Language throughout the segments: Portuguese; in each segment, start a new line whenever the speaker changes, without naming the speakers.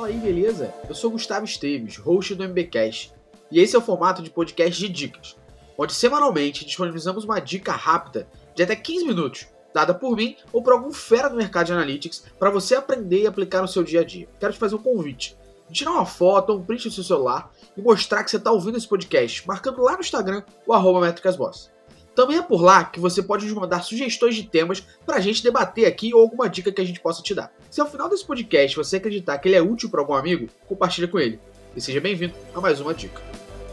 Fala aí, beleza? Eu sou Gustavo Esteves, host do MBcast, e esse é o formato de podcast de dicas, onde semanalmente disponibilizamos uma dica rápida de até 15 minutos, dada por mim ou por algum fera do mercado de analytics, para você aprender e aplicar no seu dia a dia. Quero te fazer um convite de tirar uma foto ou um print do seu celular e mostrar que você está ouvindo esse podcast, marcando lá no Instagram o @métricasboss. Também é por lá que você pode nos mandar sugestões de temas para a gente debater aqui ou alguma dica que a gente possa te dar. Se ao final desse podcast você acreditar que ele é útil para algum amigo, compartilha com ele. E seja bem-vindo a mais uma dica.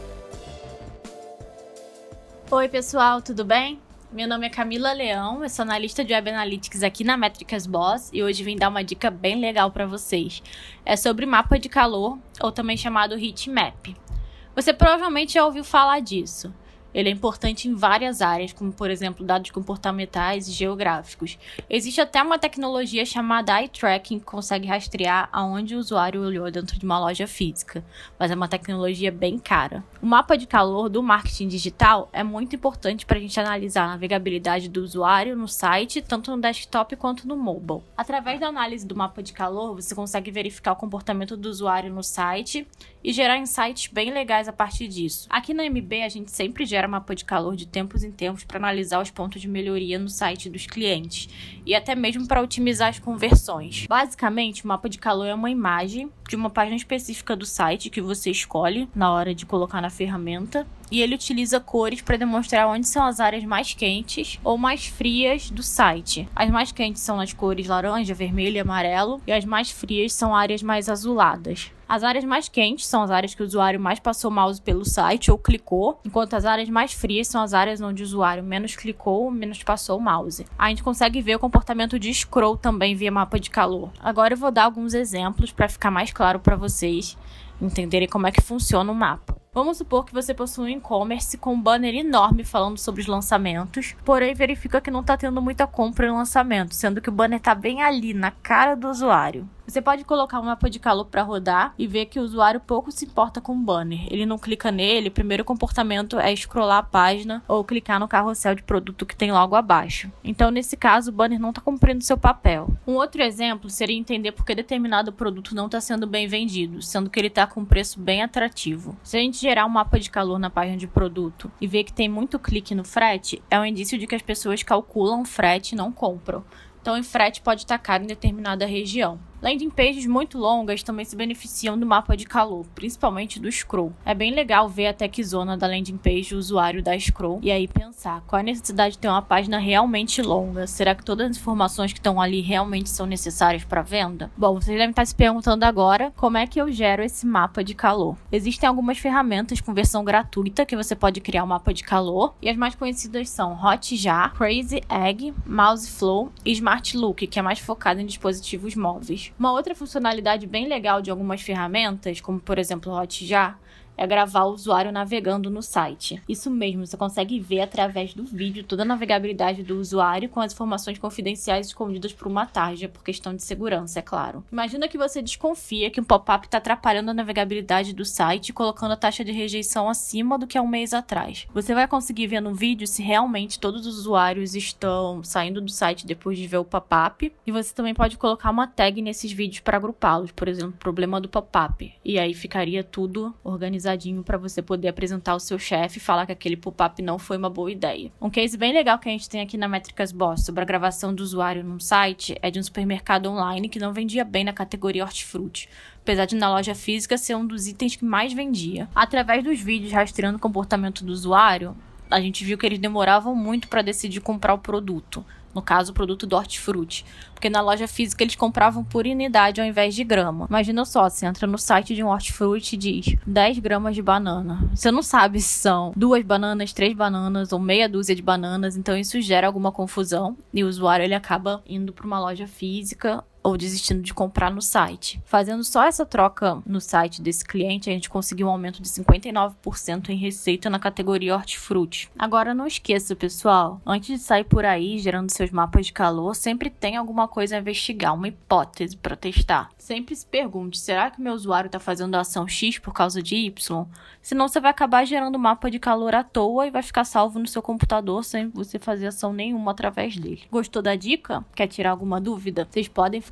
Oi pessoal, tudo bem? Meu nome é Camila Leão, eu sou analista de Web Analytics aqui na Métricas Boss e hoje vim dar uma dica bem legal para vocês. É sobre mapa de calor, ou também chamado Heat Map. Você provavelmente já ouviu falar disso. Ele é importante em várias áreas, como por exemplo dados comportamentais e geográficos. Existe até uma tecnologia chamada eye tracking que consegue rastrear aonde o usuário olhou dentro de uma loja física, mas é uma tecnologia bem cara. O mapa de calor do marketing digital é muito importante para a gente analisar a navegabilidade do usuário no site, tanto no desktop quanto no mobile. Através da análise do mapa de calor, você consegue verificar o comportamento do usuário no site e gerar insights bem legais a partir disso. Aqui na MB a gente sempre gera mapa de calor de tempos em tempos para analisar os pontos de melhoria no site dos clientes e até mesmo para otimizar as conversões. Basicamente, o mapa de calor é uma imagem de uma página específica do site que você escolhe na hora de colocar na ferramenta e ele utiliza cores para demonstrar onde são as áreas mais quentes ou mais frias do site. As mais quentes são nas cores laranja, vermelho e amarelo e as mais frias são áreas mais azuladas. As áreas mais quentes são as áreas que o usuário mais passou o mouse pelo site ou clicou, enquanto as áreas mais frias são as áreas onde o usuário menos clicou ou menos passou o mouse. A gente consegue ver o comportamento de scroll também via mapa de calor. Agora eu vou dar alguns exemplos para ficar mais claro para vocês entenderem como é que funciona o mapa. Vamos supor que você possui um e-commerce com um banner enorme falando sobre os lançamentos, porém verifica que não está tendo muita compra em lançamento, sendo que o banner está bem ali, na cara do usuário. Você pode colocar um mapa de calor para rodar e ver que o usuário pouco se importa com o banner. Ele não clica nele, o primeiro comportamento é scrollar a página ou clicar no carrossel de produto que tem logo abaixo. Então, nesse caso, o banner não está cumprindo seu papel. Um outro exemplo seria entender por que determinado produto não está sendo bem vendido, sendo que ele está com um preço bem atrativo. Se a gente gerar um mapa de calor na página de produto e ver que tem muito clique no frete, é um indício de que as pessoas calculam o frete e não compram. Então, o frete pode estar caro em determinada região. Landing pages muito longas também se beneficiam do mapa de calor, principalmente do scroll. É bem legal ver a tech zona da landing page do usuário da scroll e aí pensar qual a necessidade de ter uma página realmente longa. Será que todas as informações que estão ali realmente são necessárias para venda? Bom, vocês devem estar se perguntando agora como é que eu gero esse mapa de calor. Existem algumas ferramentas com versão gratuita que você pode criar um mapa de calor e as mais conhecidas são Hotjar, Crazy Egg, Mouseflow e Smart Look, que é mais focado em dispositivos móveis. Uma outra funcionalidade bem legal de algumas ferramentas, como por exemplo o Hotjar, é gravar o usuário navegando no site. Isso mesmo, você consegue ver através do vídeo toda a navegabilidade do usuário com as informações confidenciais escondidas por uma tarja, por questão de segurança, é claro. Imagina que você desconfia que um pop-up está atrapalhando a navegabilidade do site, colocando a taxa de rejeição acima do que há um mês atrás. Você vai conseguir ver no vídeo se realmente todos os usuários estão saindo do site depois de ver o pop-up, e você também pode colocar uma tag nesses vídeos para agrupá-los, por exemplo, problema do pop-up, e aí ficaria tudo organizado para você poder apresentar ao seu chefe e falar que aquele pop-up não foi uma boa ideia. Um case bem legal que a gente tem aqui na Métricas Boss sobre a gravação do usuário num site é de um supermercado online que não vendia bem na categoria hortifruti, apesar de na loja física ser um dos itens que mais vendia. Através dos vídeos rastreando o comportamento do usuário, a gente viu que eles demoravam muito para decidir comprar o produto. No caso, o produto do hortifruti. Porque na loja física eles compravam por unidade ao invés de grama. Imagina só, você entra no site de um hortifruti e diz 10 gramas de banana. Você não sabe se são 2 bananas, 3 bananas ou meia dúzia de bananas. Então isso gera alguma confusão. E o usuário ele acaba indo para uma loja física ou desistindo de comprar no site. Fazendo só essa troca no site desse cliente, a gente conseguiu um aumento de 59% em receita na categoria hortifruti. Agora não esqueça, pessoal, antes de sair por aí gerando seus mapas de calor, sempre tem alguma coisa a investigar, uma hipótese para testar. Sempre se pergunte, será que meu usuário está fazendo a ação X por causa de Y? Senão você vai acabar gerando um mapa de calor à toa e vai ficar salvo no seu computador sem você fazer ação nenhuma através dele. Gostou da dica? Quer tirar alguma dúvida? Vocês podem ficar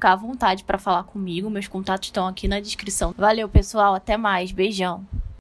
ficar à vontade para falar comigo. Meus contatos estão aqui na descrição. Valeu, pessoal. Até mais. Beijão.